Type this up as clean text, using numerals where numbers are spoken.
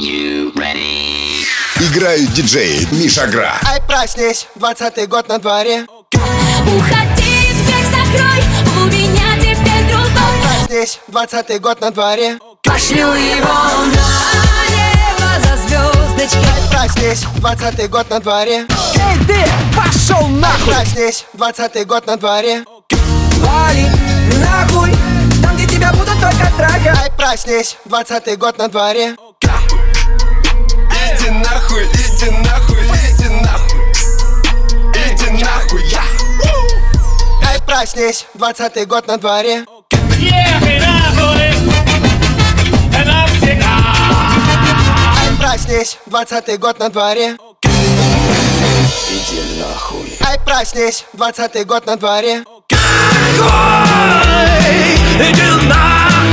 Играют диджеи Миша Гра. Ай, проснись, 20-й год на дворе. Уходи, дверь закрой, у меня теперь другой. Проснись, 20-й год на дворе. Пошлю его на небо за звездочкой. Ай, проснись, 20-й год на дворе. Эй, ты, пошел нахуй! Проснись, 20-й год на дворе. Вали нахуй, там где тебя будут только трахать. Ай, проснись, 20-й год на дворе. Иди нахуй, иди нахуй, иди нахуй. Иди нахуй, я. Ай, проснись, 20-й год на дворе. Ай, проснись, 20-й год на дворе. Иди нахуй. Ай, проснись, 20-й год на дворе. Иди нахуй.